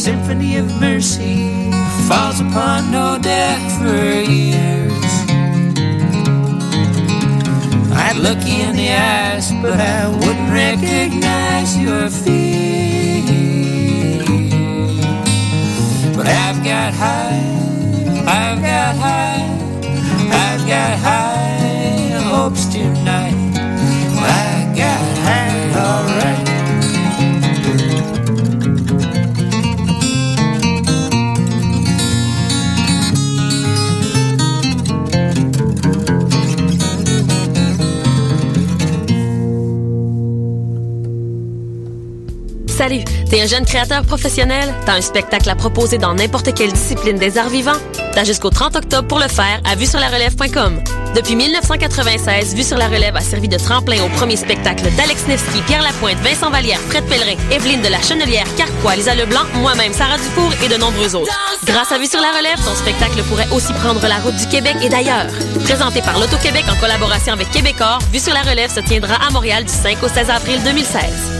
symphony of mercy falls upon no death for years. I'd look you in the eyes, but I wouldn't recognize your fear. But I've got high, I've got high, I've got high hopes tonight. I got high, all right. Salut, t'es un jeune créateur professionnel? T'as un spectacle à proposer dans n'importe quelle discipline des arts vivants? T'as jusqu'au 30 octobre pour le faire à vuesurlarelève.com. Depuis 1996, Vue sur la Relève a servi de tremplin au premier spectacle d'Alex Nevsky, Pierre Lapointe, Vincent Vallière, Fred Pellerin, Evelyne de la Chenelière, Carquois, Lisa Leblanc, moi-même, Sarah Dufour et de nombreux autres. Grâce à Vue sur la Relève, ton spectacle pourrait aussi prendre la route du Québec et d'ailleurs. Présenté par l'Auto-Québec en collaboration avec Québecor, Vue sur la Relève se tiendra à Montréal du 5 au 16 avril 2016.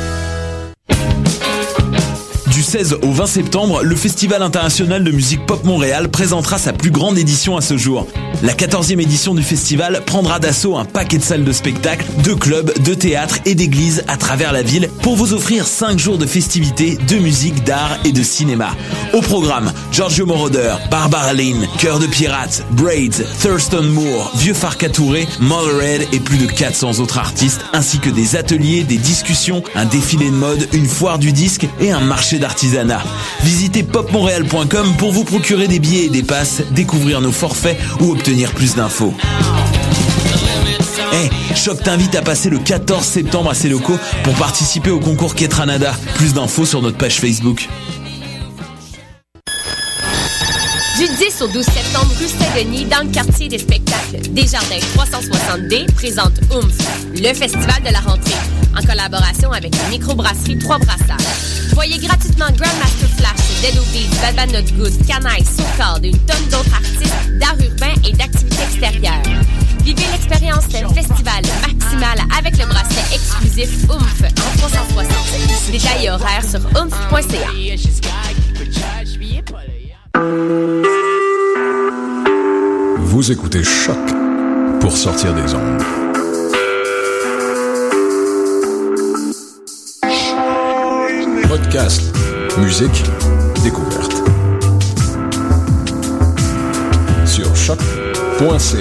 Du 16 au 20 septembre, le Festival international de musique pop Montréal présentera sa plus grande édition à ce jour. La 14e édition du festival prendra d'assaut un paquet de salles de spectacle, de clubs, de théâtres et d'églises à travers la ville pour vous offrir 5 jours de festivités, de musique, d'art et de cinéma. Au programme, Giorgio Moroder, Barbara Lynn, Cœur de Pirates, Braids, Thurston Moore, Vieux Farka Touré, Motorhead et plus de 400 autres artistes, ainsi que des ateliers, des discussions, un défilé de mode, une foire du disque et un marché d'artisanat. Visitez popmontréal.com pour vous procurer des billets et des passes, découvrir nos forfaits ou obtenir plus d'infos. Hey, Choc t'invite à passer le 14 septembre à ses locaux pour participer au concours Ketranada. Plus d'infos sur notre page Facebook. Du 10 au 12 septembre, rue Saint-Denis, dans le quartier des spectacles, Desjardins 360D présente Oomph, le festival de la rentrée, en collaboration avec la microbrasserie Trois Brassards. Voyez gratuitement Grandmaster Flash, Dead Obies, Bad Bad Not Good, Canaille, SoCal et une tonne d'autres artistes d'art urbain et d'activités extérieures. Vivez l'expérience d'un festival maximal avec le bracelet exclusif Oomph en 360. Détails et horaires sur oomph.ca. Vous écoutez Choc pour sortir des ondes. Podcast, musique, découverte. Sur choc.ca.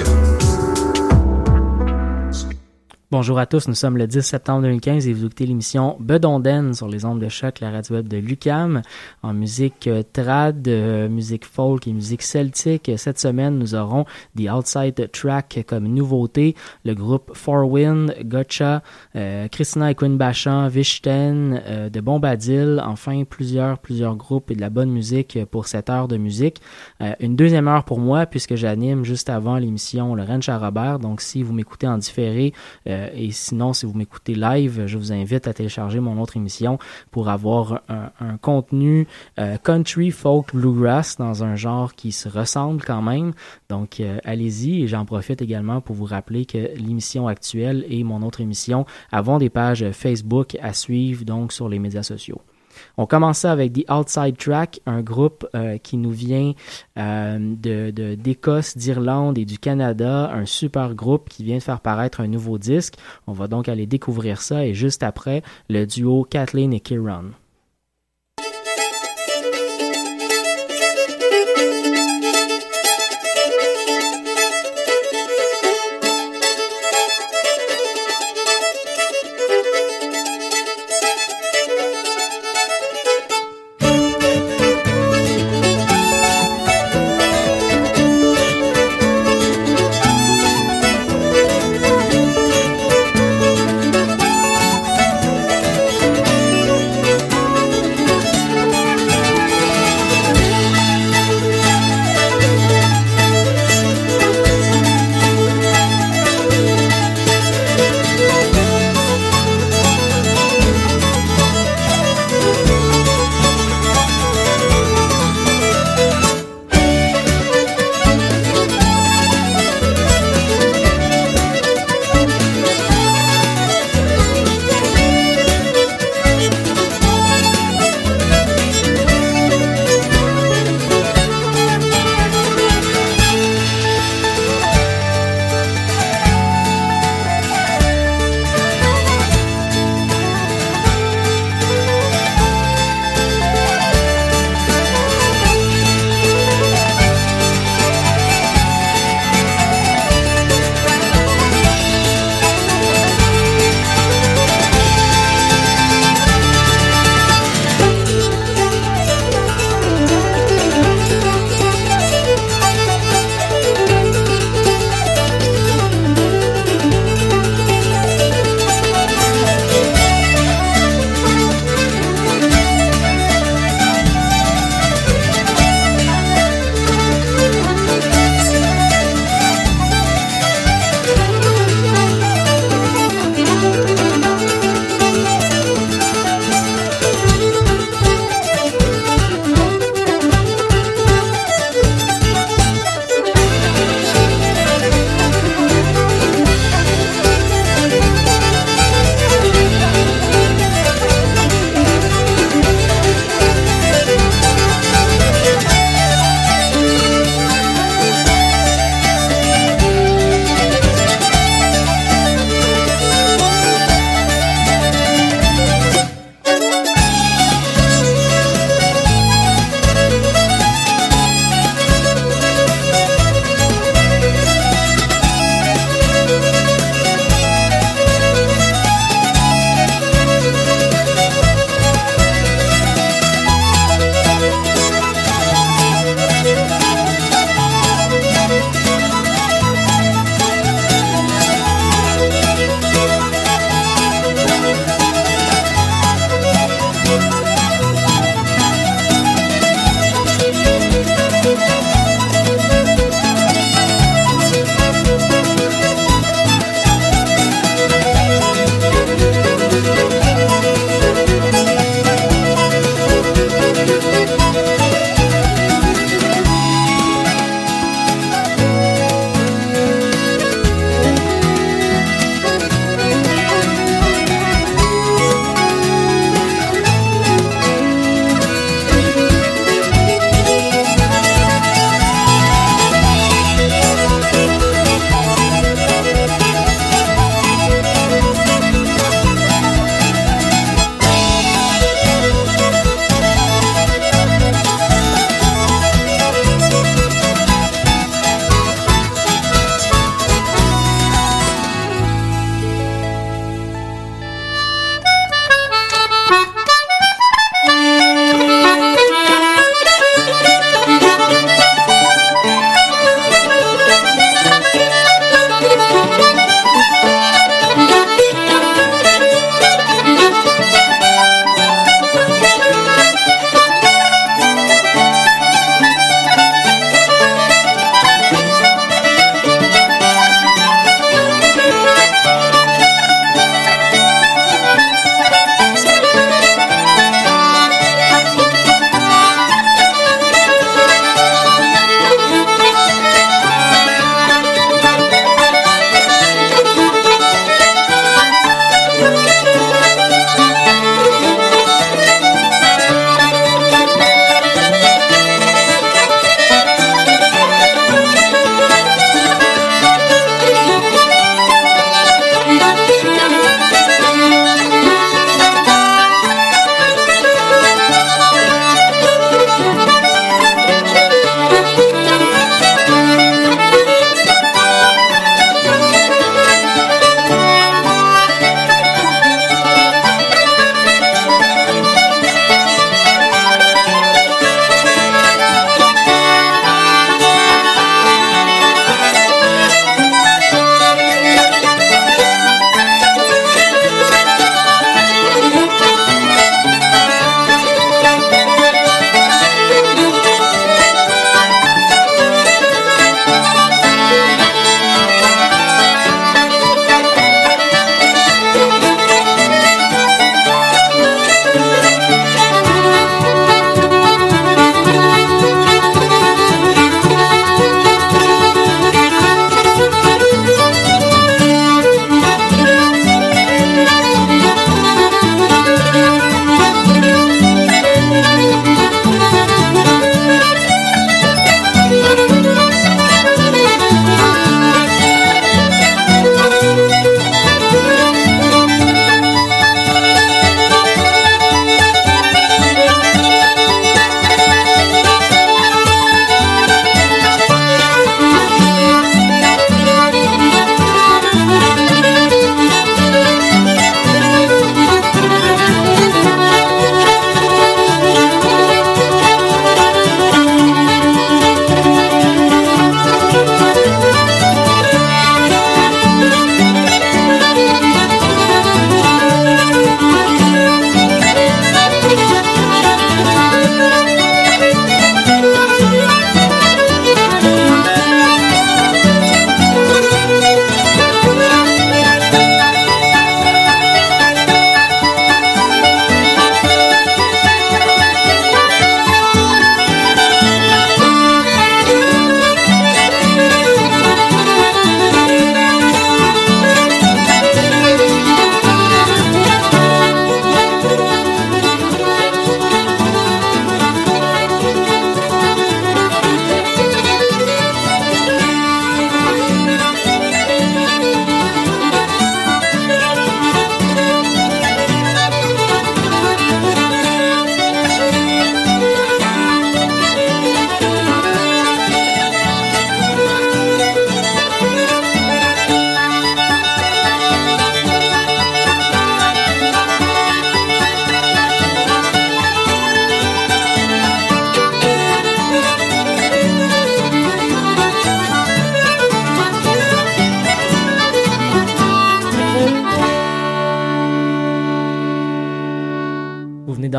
Bonjour à tous, nous sommes le 10 septembre 2015 et vous écoutez l'émission Bedonden sur les ondes de Choc, la radio web de l'UQAM, en musique trad, musique folk et musique celtique. Cette semaine, nous aurons The Outside Track comme nouveauté, le groupe Four Wind, Gotcha, Christina et Quinn Bachan, Vishten, de Bombadil, enfin plusieurs groupes et de la bonne musique pour cette heure de musique. Une deuxième heure pour moi puisque j'anime juste avant l'émission Le Ranch à Robert, donc si vous m'écoutez en différé, et sinon, si vous m'écoutez live, je vous invite à télécharger mon autre émission pour avoir un contenu country, folk, bluegrass dans un genre qui se ressemble quand même. Donc, allez-y. Et j'en profite également pour vous rappeler que l'émission actuelle et mon autre émission avons des pages Facebook à suivre donc sur les médias sociaux. On commençait avec The Outside Track, un groupe qui nous vient d'Écosse, d'Irlande et du Canada, un super groupe qui vient de faire paraître un nouveau disque. On va donc aller découvrir ça et juste après, le duo Kathleen et Kieran.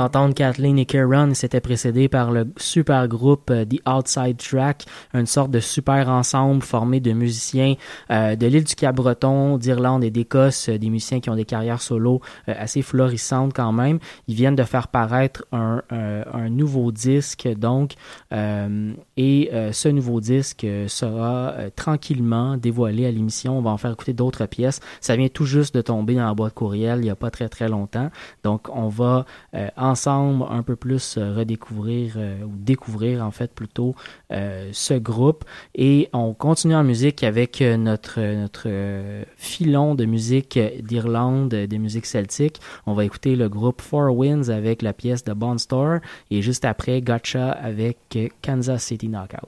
d'entendre Kathleen et Kieran. C'était précédé par le super groupe The Outside Track, une sorte de super ensemble formé de musiciens de l'île du Cap-Breton, d'Irlande et d'Écosse, des musiciens qui ont des carrières solo assez florissantes quand même. Ils viennent de faire paraître un nouveau disque, donc, et ce nouveau disque sera tranquillement dévoilé à l'émission. On va en faire écouter d'autres pièces. Ça vient tout juste de tomber dans la boîte courriel il n'y a pas très très longtemps. Donc, on va ensemble un peu plus redécouvrir ou découvrir en fait plutôt ce groupe. Et on continue en musique avec notre filon de musique d'Irlande, de musique celtique. On va écouter le groupe Four Winds avec la pièce de Bond Store et juste après Gotcha avec Kansas City Knockout.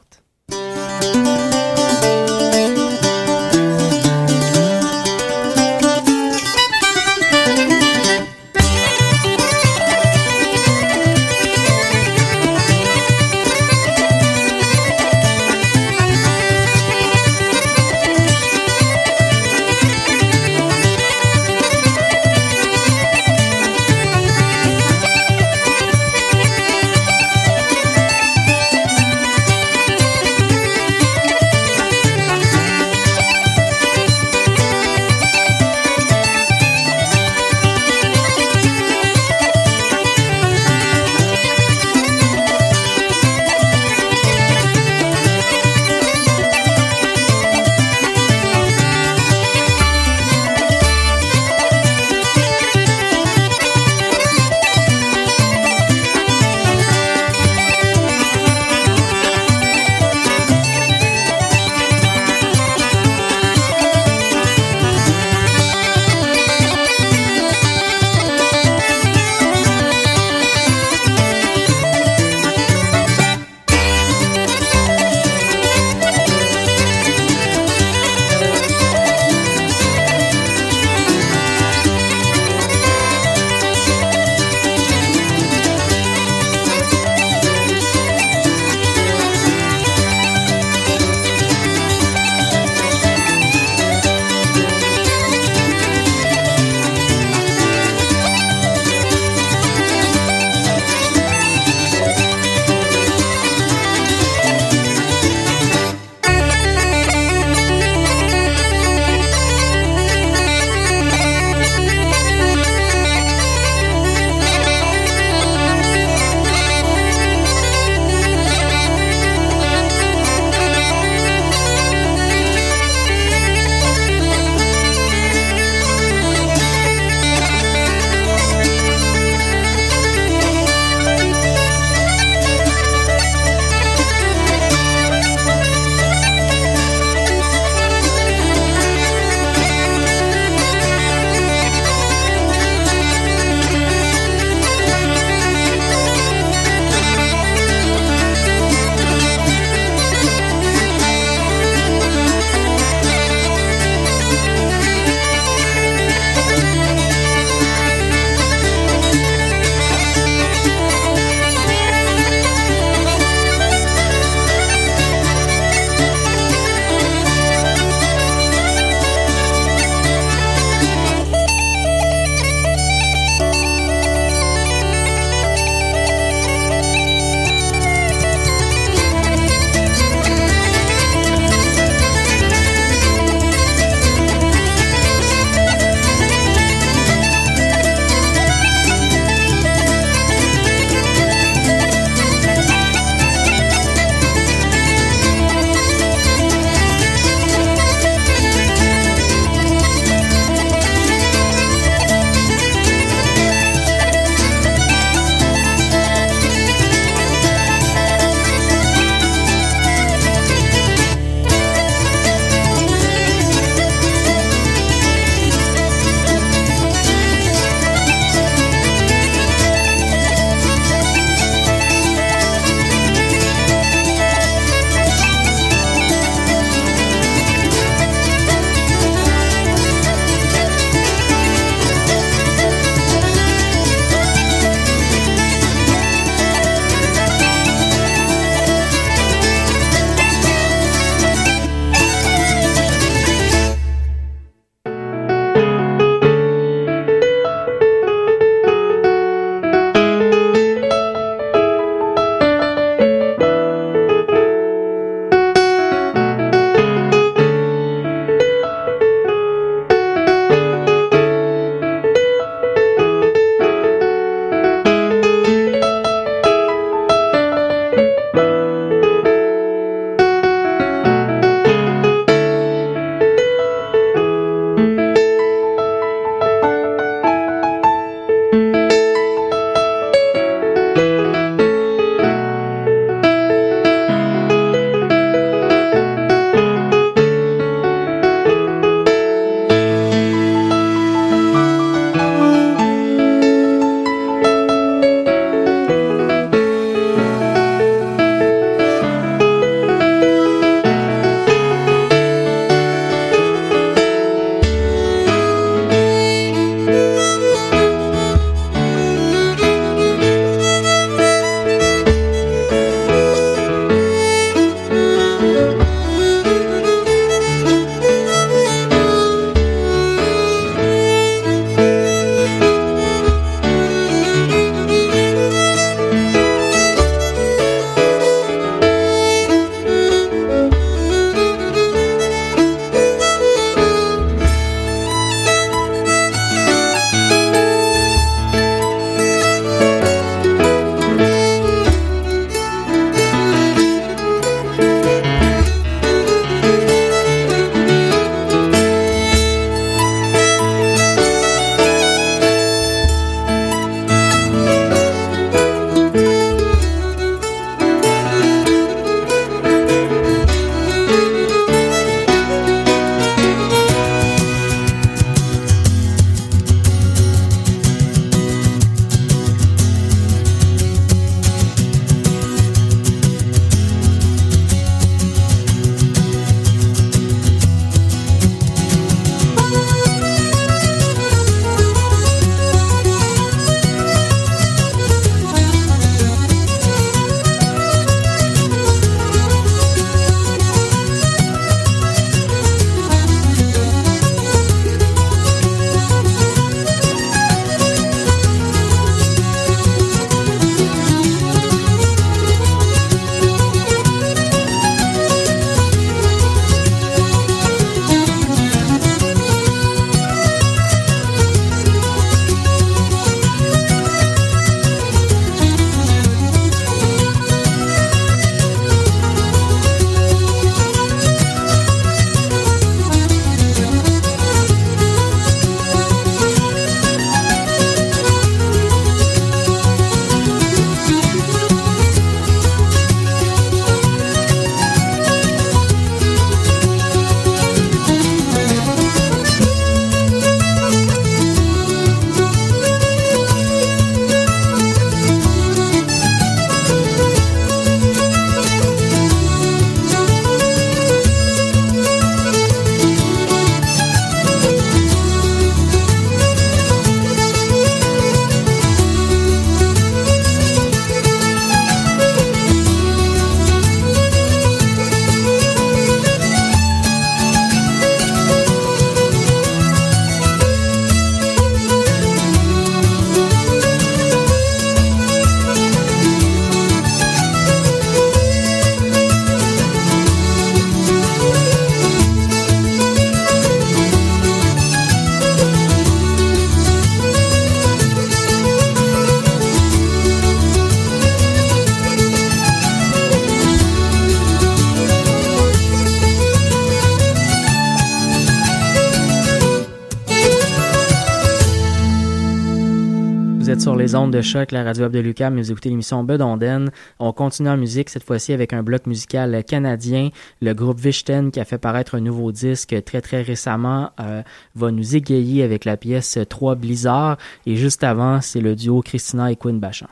êtes sur les ondes de choc, la radio web de l'UQAM, et vous écoutez l'émission Bedonden. On continue en musique, cette fois-ci avec un bloc musical canadien. Le groupe Vichten, qui a fait paraître un nouveau disque très récemment, va nous égayer avec la pièce 3 Blizzard. Et juste avant, c'est le duo Christina et Quinn Bachand.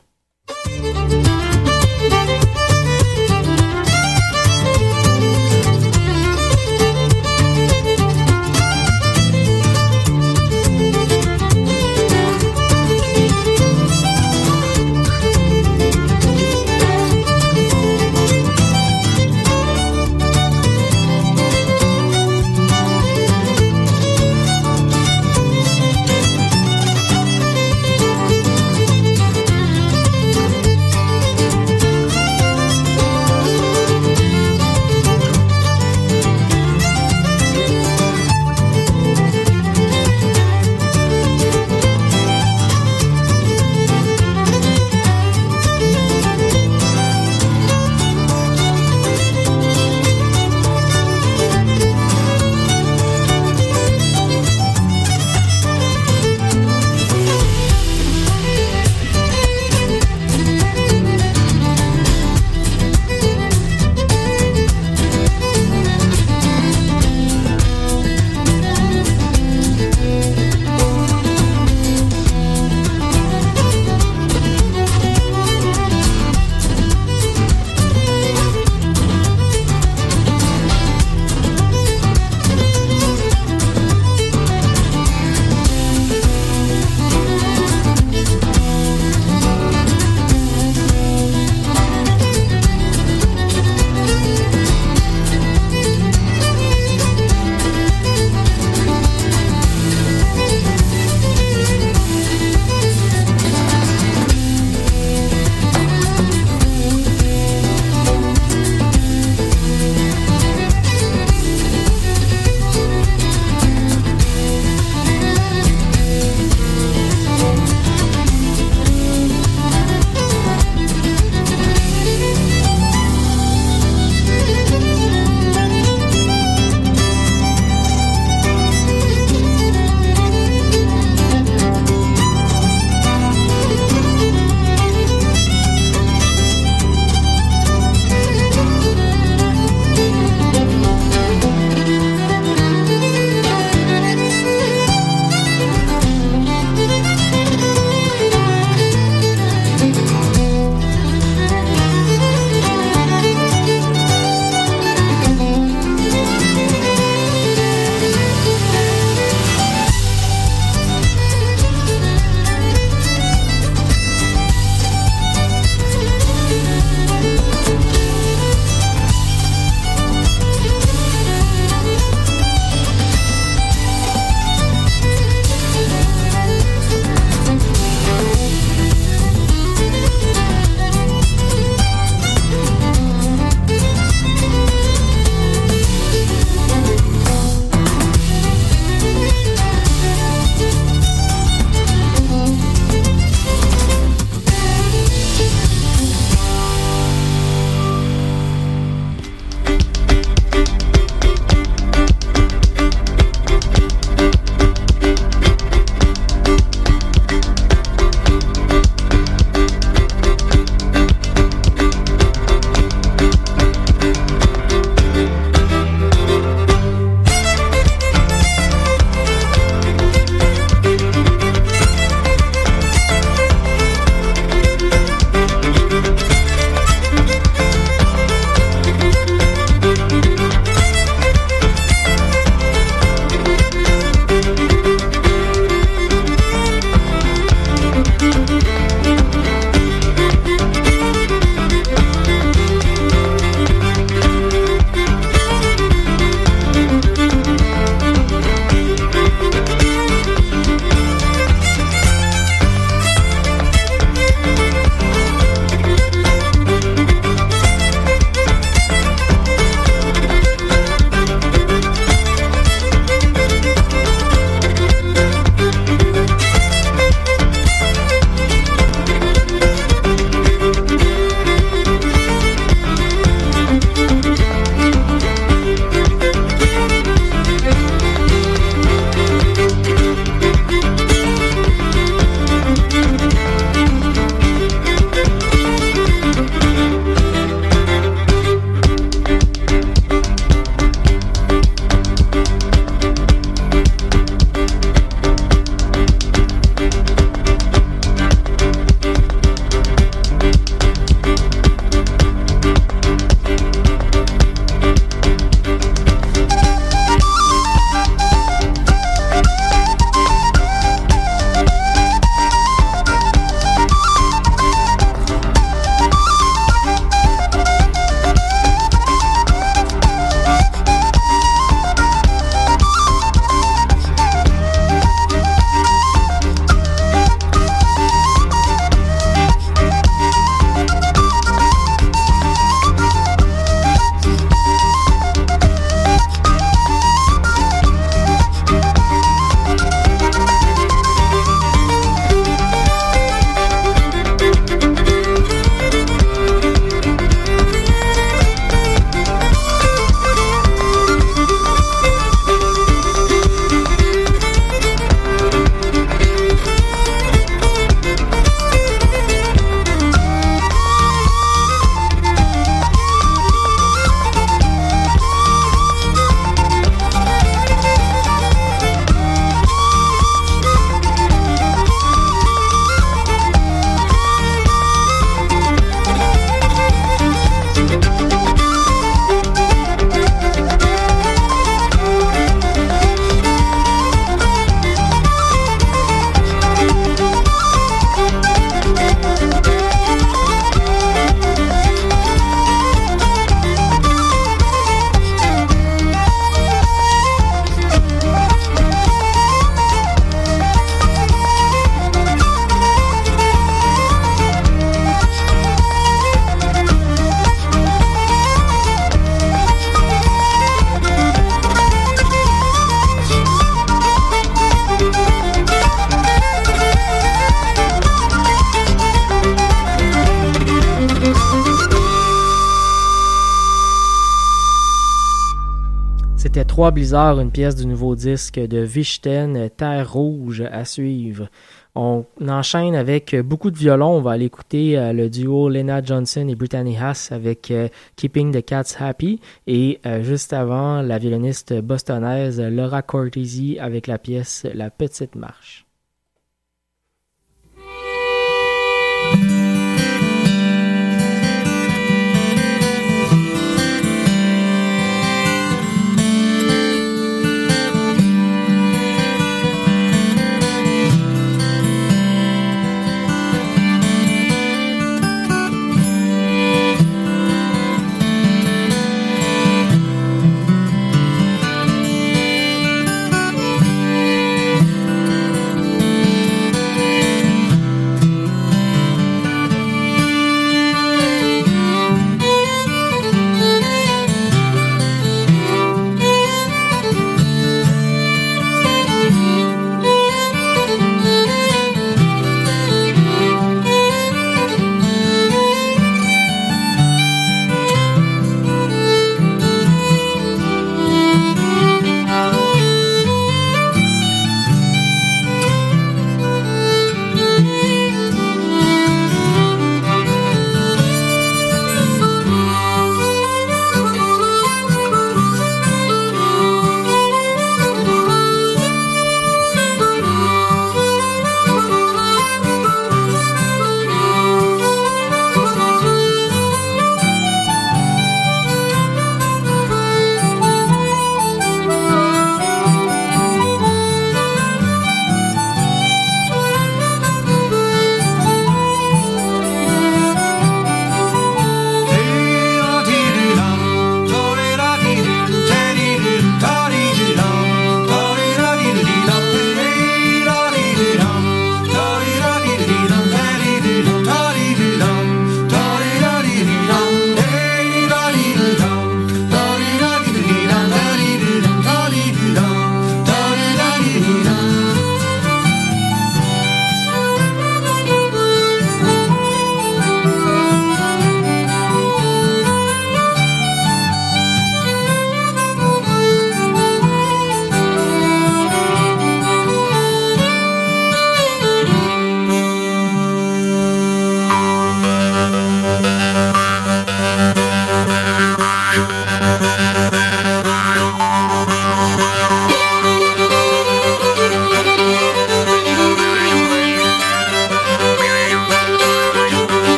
C'était 3 blizzards, une pièce du nouveau disque de Vichten, Terre Rouge, à suivre. On enchaîne avec beaucoup de violons. On va aller écouter le duo Lena Johnson et Brittany Haas avec Keeping the Cats Happy. Et juste avant, la violoniste bostonnaise Laura Cortese avec la pièce La Petite Marche.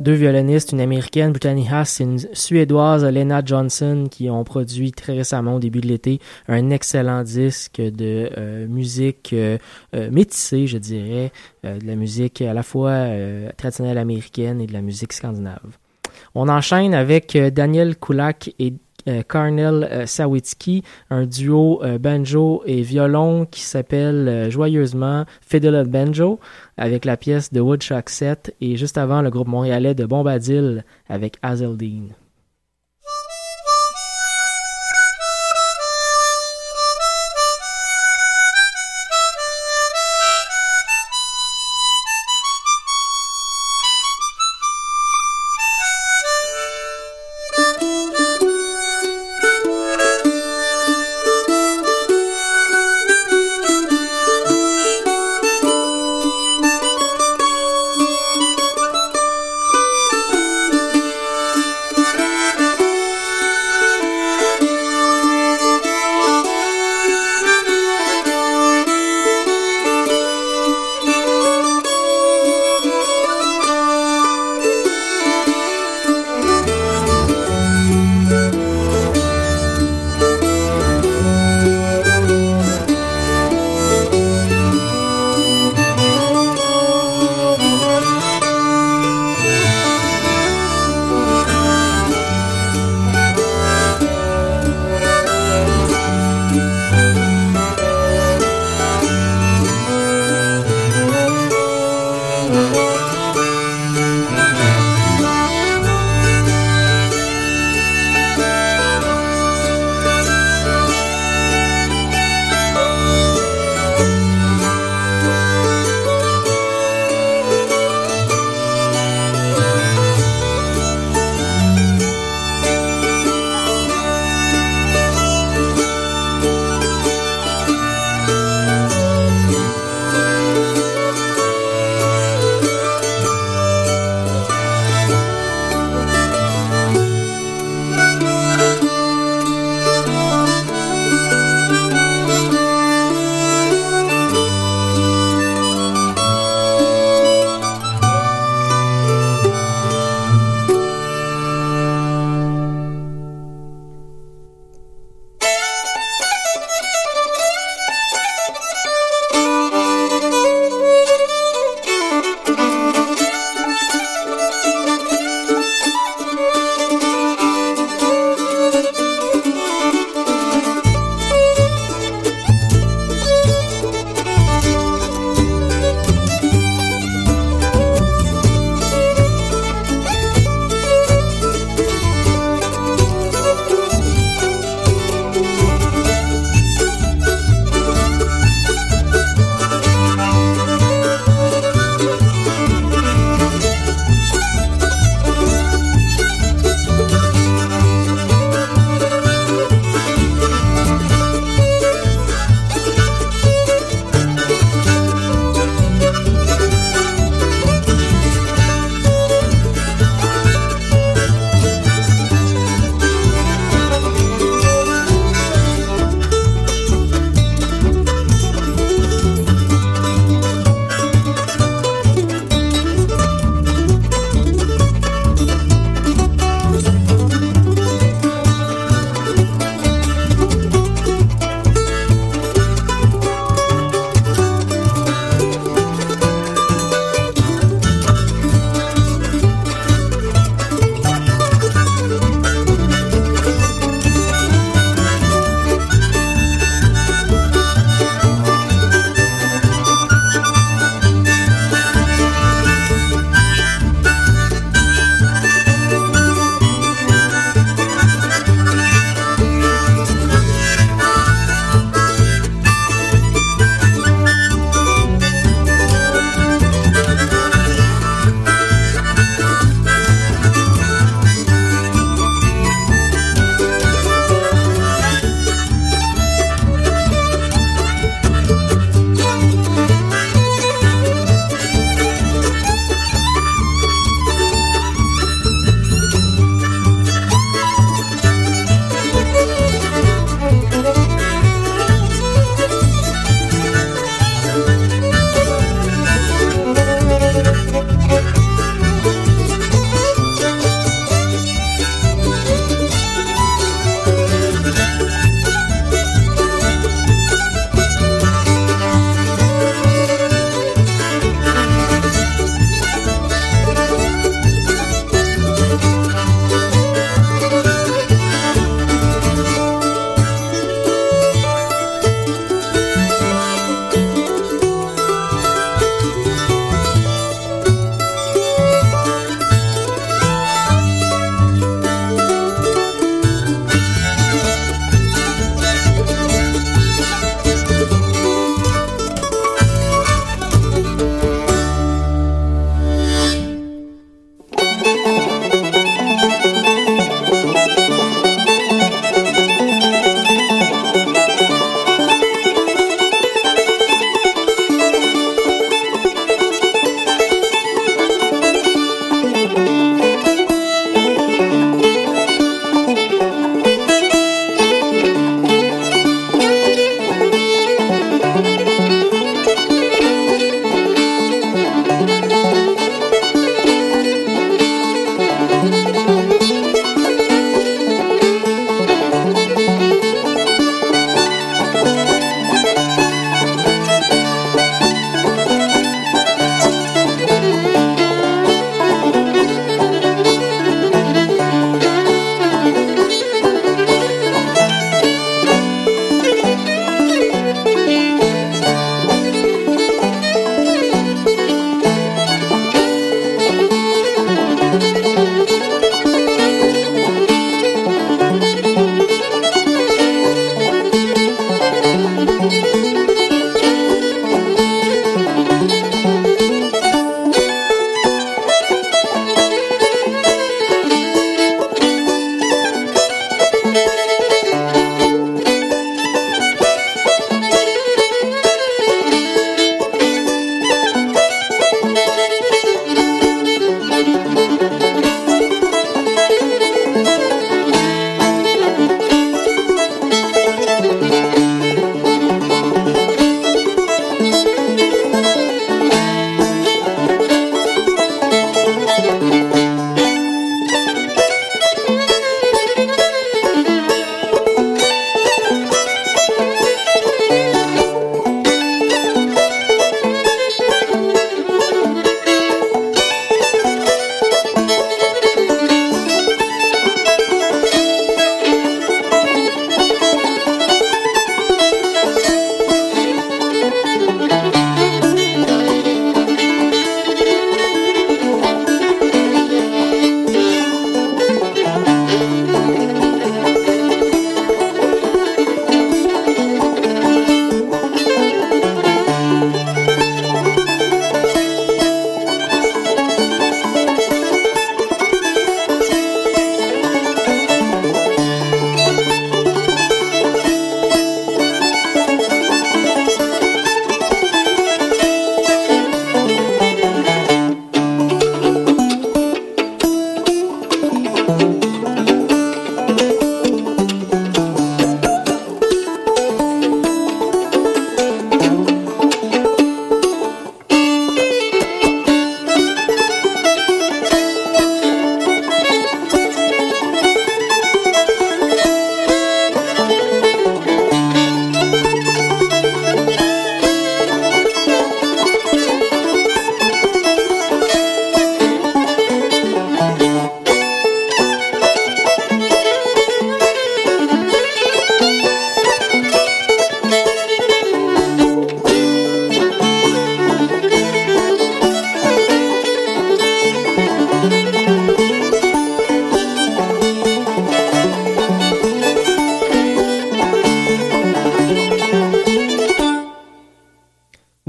deux violonistes, une américaine, Brittany Haas, et une suédoise, Lena Johnson, qui ont produit très récemment, au début de l'été, un excellent disque de musique métissée, je dirais, de la musique à la fois traditionnelle américaine et de la musique scandinave. On enchaîne avec Daniel Kulak et Carnel Sawicki, un duo banjo et violon qui s'appelle joyeusement Fiddle and Banjo, avec la pièce de Woodchuck 7, et juste avant le groupe montréalais de Bombadil avec Hazeldine.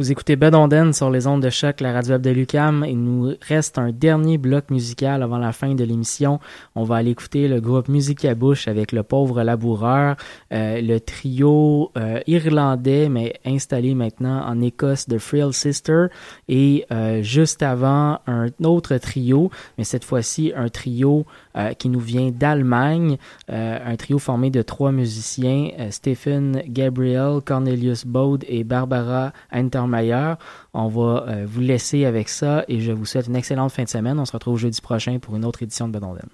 Vous écoutez Bedonden sur les ondes de choc, la radio web de l'UQAM. Il nous reste un dernier bloc musical avant la fin de l'émission. On va aller écouter le groupe Musique à bouche avec Le Pauvre Laboureur, le trio irlandais mais installé maintenant en Écosse de Frill Sister et juste avant un autre trio, mais cette fois-ci un trio qui nous vient d'Allemagne, un trio formé de 3 musiciens, Stephen Gabriel, Cornelius Bode et Barbara Entermeyer. On va vous laisser avec ça et je vous souhaite une excellente fin de semaine. On se retrouve jeudi prochain pour une autre édition de Bedonden.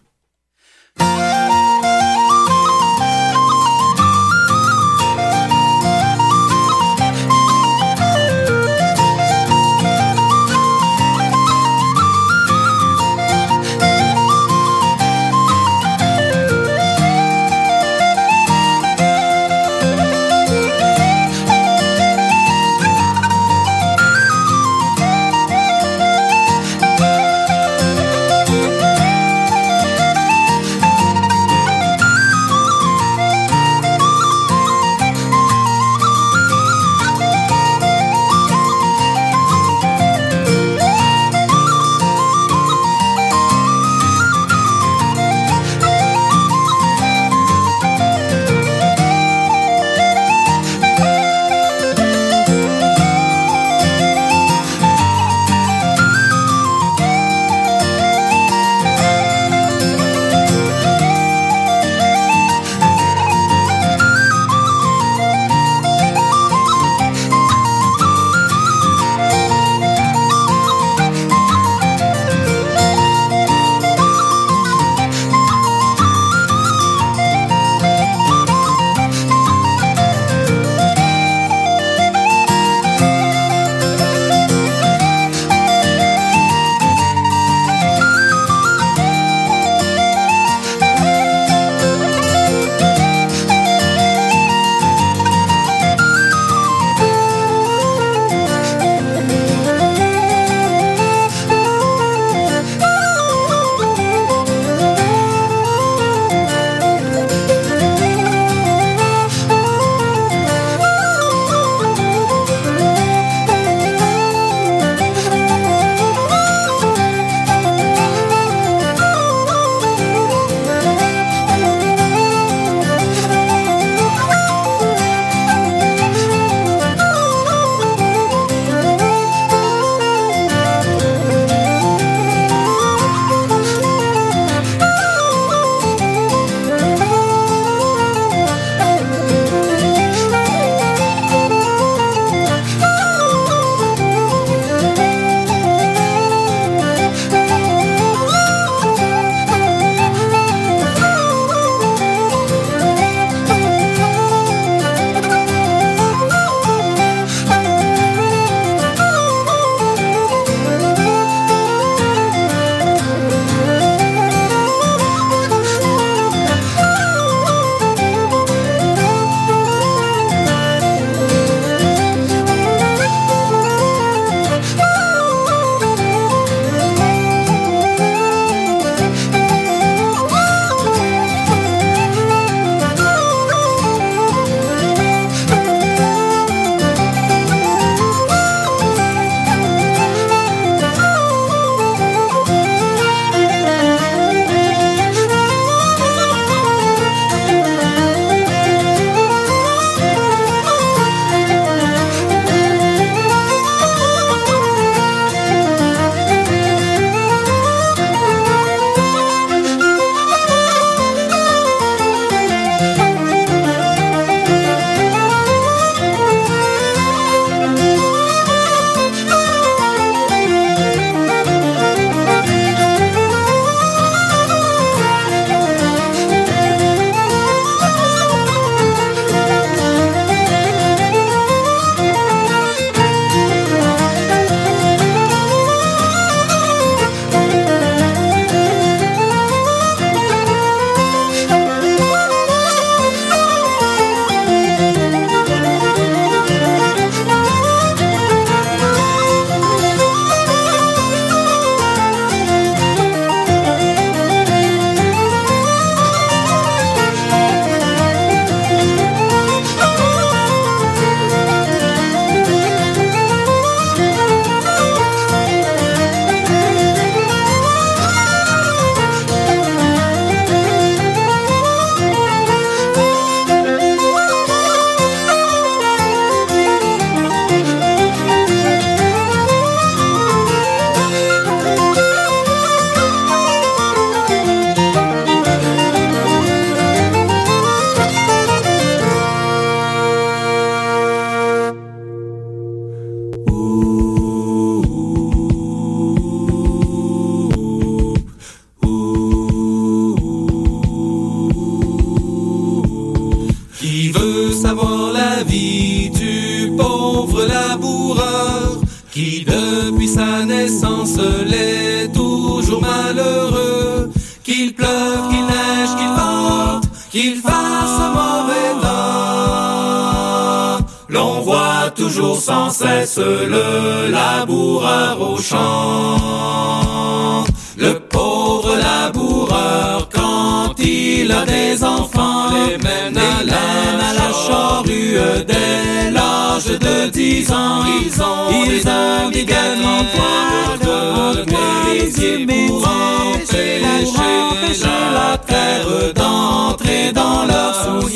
vie du pauvre laboureur qui depuis sa naissance l'est toujours malheureux. Qu'il pleuve, qu'il neige, qu'il vente, qu'il fasse mauvais temps, l'on voit toujours sans cesse le laboureur au champ. Le pauvre laboureur, quand il a des enfants, les mène à la charrue dès l'âge de 10 ans. Ils ont des grands poids de métier pour empêcher la terre d'entrer dans leurs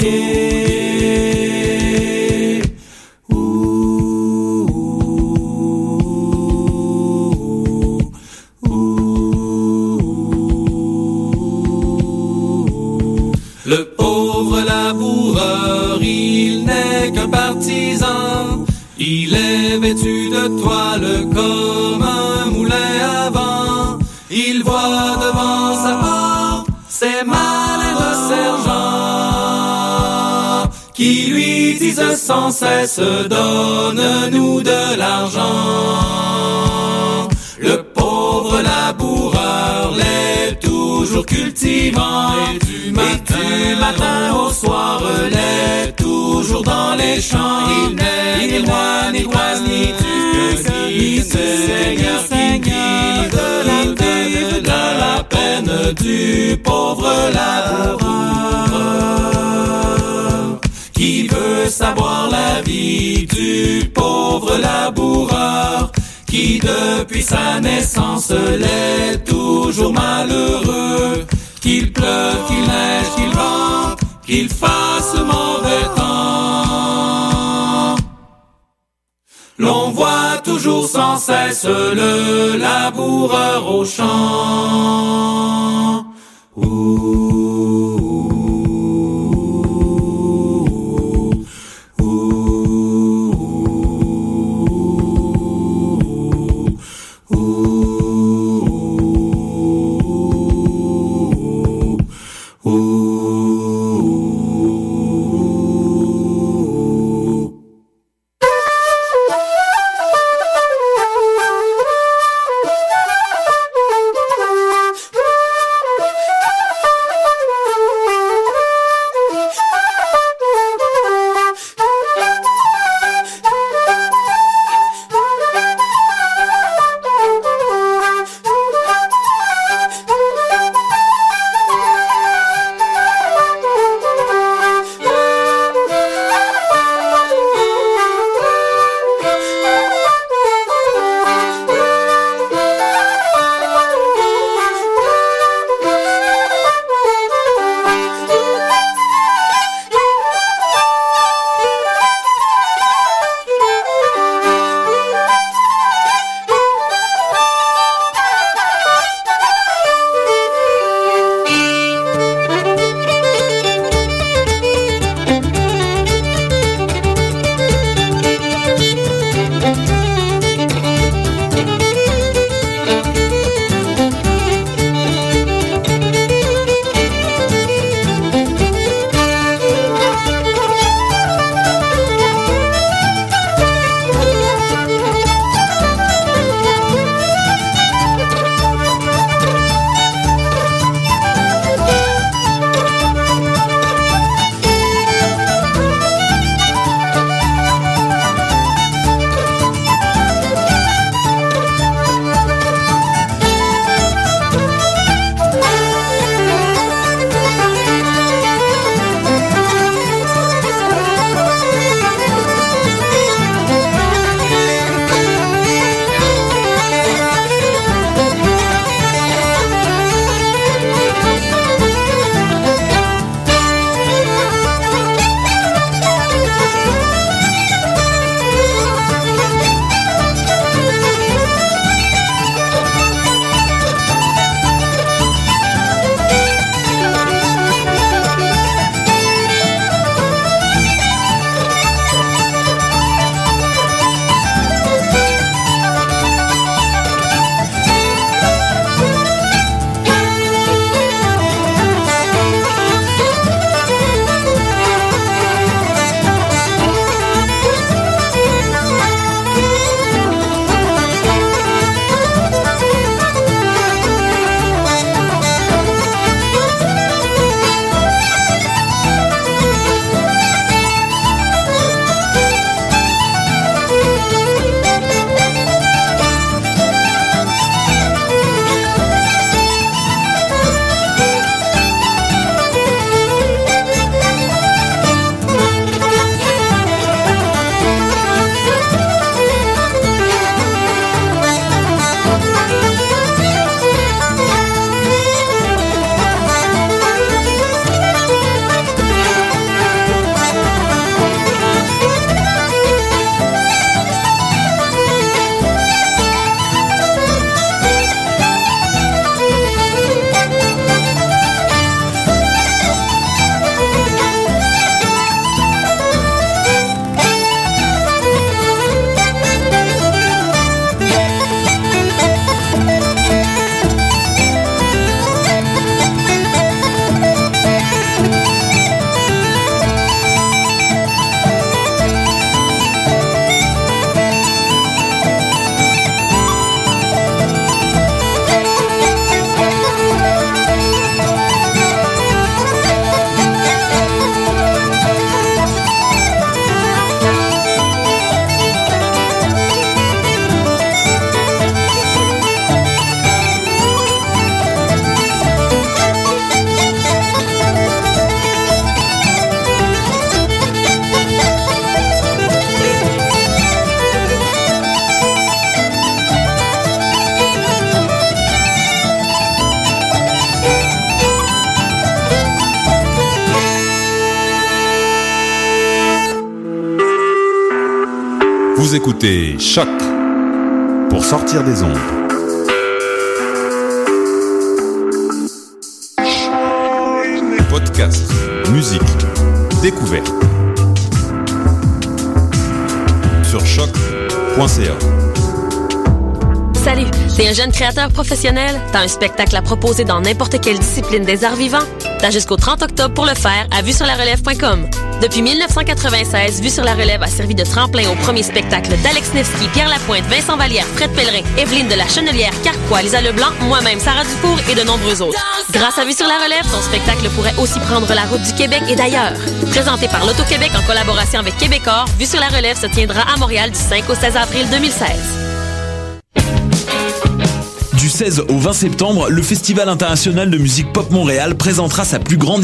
souliers. Le pauvre laboureur, il n'est qu'un partisan. Il est vêtu de toile comme un moulin à vent. Il voit devant sa porte ses malheureux sergents qui lui disent sans cesse: donne-nous de l'argent. Le pauvre laboureur l'est toujours cultivant, et du matin au soir l'est toujours dans les champs. Il n'est ni roi, ni oise, ni duc, ni seigneur qui vive de la peine du pauvre laboureur. Qui veut savoir la vie du pauvre laboureur, qui depuis sa naissance l'est toujours malheureux. Qu'il pleuve, qu'il neige, qu'il vente, qu'il fasse mauvais temps, l'on voit toujours sans cesse le laboureur au champ. Vous écoutez Choc pour sortir des ondes. Podcast, musique, découverte. Sur choc.ca. Salut, t'es un jeune créateur professionnel? T'as un spectacle à proposer dans n'importe quelle discipline des arts vivants? T'as jusqu'au 30 octobre pour le faire à vuesurlarelève.com. Depuis 1996, Vue sur la Relève a servi de tremplin au premier spectacle d'Alex Nevsky, Pierre Lapointe, Vincent Vallière, Fred Pellerin, Evelyne de la Chenelière, Carquois, Lisa Leblanc, moi-même, Sarah Dufour et de nombreux autres. Grâce à Vue sur la Relève, ton spectacle pourrait aussi prendre la route du Québec et d'ailleurs. Présenté par l'Auto-Québec en collaboration avec Québecor, Vue sur la Relève se tiendra à Montréal du 5 au 16 avril 2016. Du 16 au 20 septembre, le Festival international de musique pop Montréal présentera sa plus grande